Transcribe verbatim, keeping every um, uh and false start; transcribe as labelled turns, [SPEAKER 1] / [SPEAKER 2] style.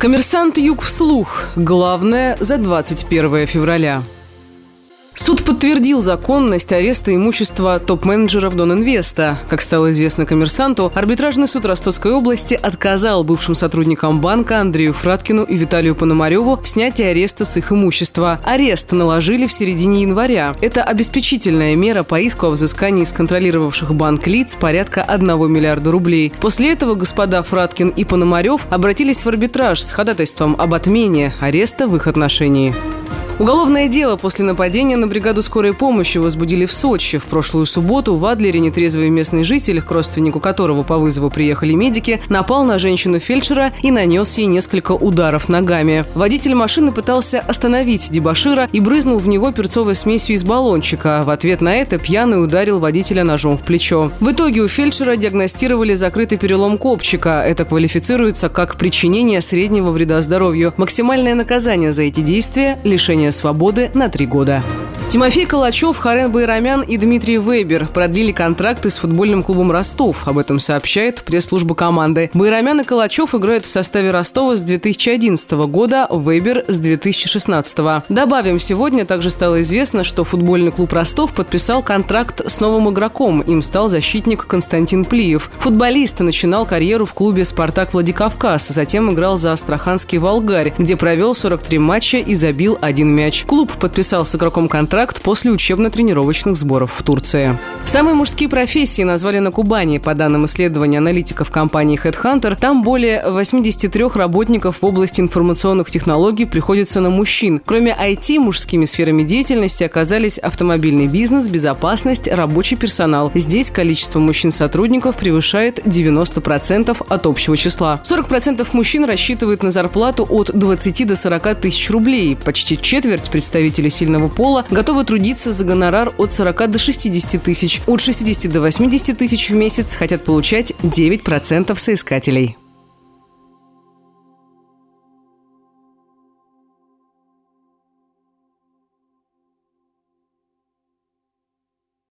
[SPEAKER 1] Коммерсант Юг вслух. Главное за двадцать первое февраля. Суд подтвердил законность ареста имущества топ-менеджеров Донинвеста. Как стало известно «Коммерсанту», арбитражный суд Ростовской области отказал бывшим сотрудникам банка Андрею Фраткину и Виталию Пономареву в снятии ареста с их имущества. Арест наложили в середине января. Это обеспечительная мера по иску о взыскании из контролировавших банк лиц порядка одного миллиарда рублей. После этого господа Фраткин и Пономарев обратились в арбитраж с ходатайством об отмене ареста в их отношении. Уголовное дело после нападения на бригаду скорой помощи возбудили в Сочи. В прошлую субботу в Адлере нетрезвый местный житель, к родственнику которого по вызову приехали медики, напал на женщину-фельдшера и нанес ей несколько ударов ногами. Водитель машины пытался остановить дебошира и брызнул в него перцовой смесью из баллончика. В ответ на это пьяный ударил водителя ножом в плечо. В итоге у фельдшера диагностировали закрытый перелом копчика. Это квалифицируется как причинение среднего вреда здоровью. Максимальное наказание за эти действия – лишение свободы на три года. Тимофей Калачев, Харен Байрамян и Дмитрий Вебер продлили контракты с футбольным клубом «Ростов». Об этом сообщает пресс-служба команды. Байрамян и Калачев играют в составе Ростова с две тысячи одиннадцатого года, Вебер с две тысячи шестнадцатого. Добавим, сегодня также стало известно, что футбольный клуб «Ростов» подписал контракт с новым игроком. Им стал защитник Константин Плиев. Футболист начинал карьеру в клубе «Спартак Владикавказ», затем играл за астраханский «Волгарь», где провел сорок три матча и забил один мяч. Клуб подписал с игроком контракт после учебно-тренировочных сборов в Турции. Самые мужские профессии назвали на Кубани. По данным исследования аналитиков компании HeadHunter, там более восемьдесят три работников в области информационных технологий приходится на мужчин. Кроме ай ти, мужскими сферами деятельности оказались автомобильный бизнес, безопасность, рабочий персонал. Здесь количество мужчин-сотрудников превышает девяносто процентов от общего числа. сорок процентов мужчин рассчитывают на зарплату от двадцати до сорока тысяч рублей. Почти четверть представителей сильного пола готовы трудиться за гонорар от сорока до шестидесяти тысяч. От шестидесяти до восьмидесяти тысяч в месяц хотят получать девять процентов соискателей.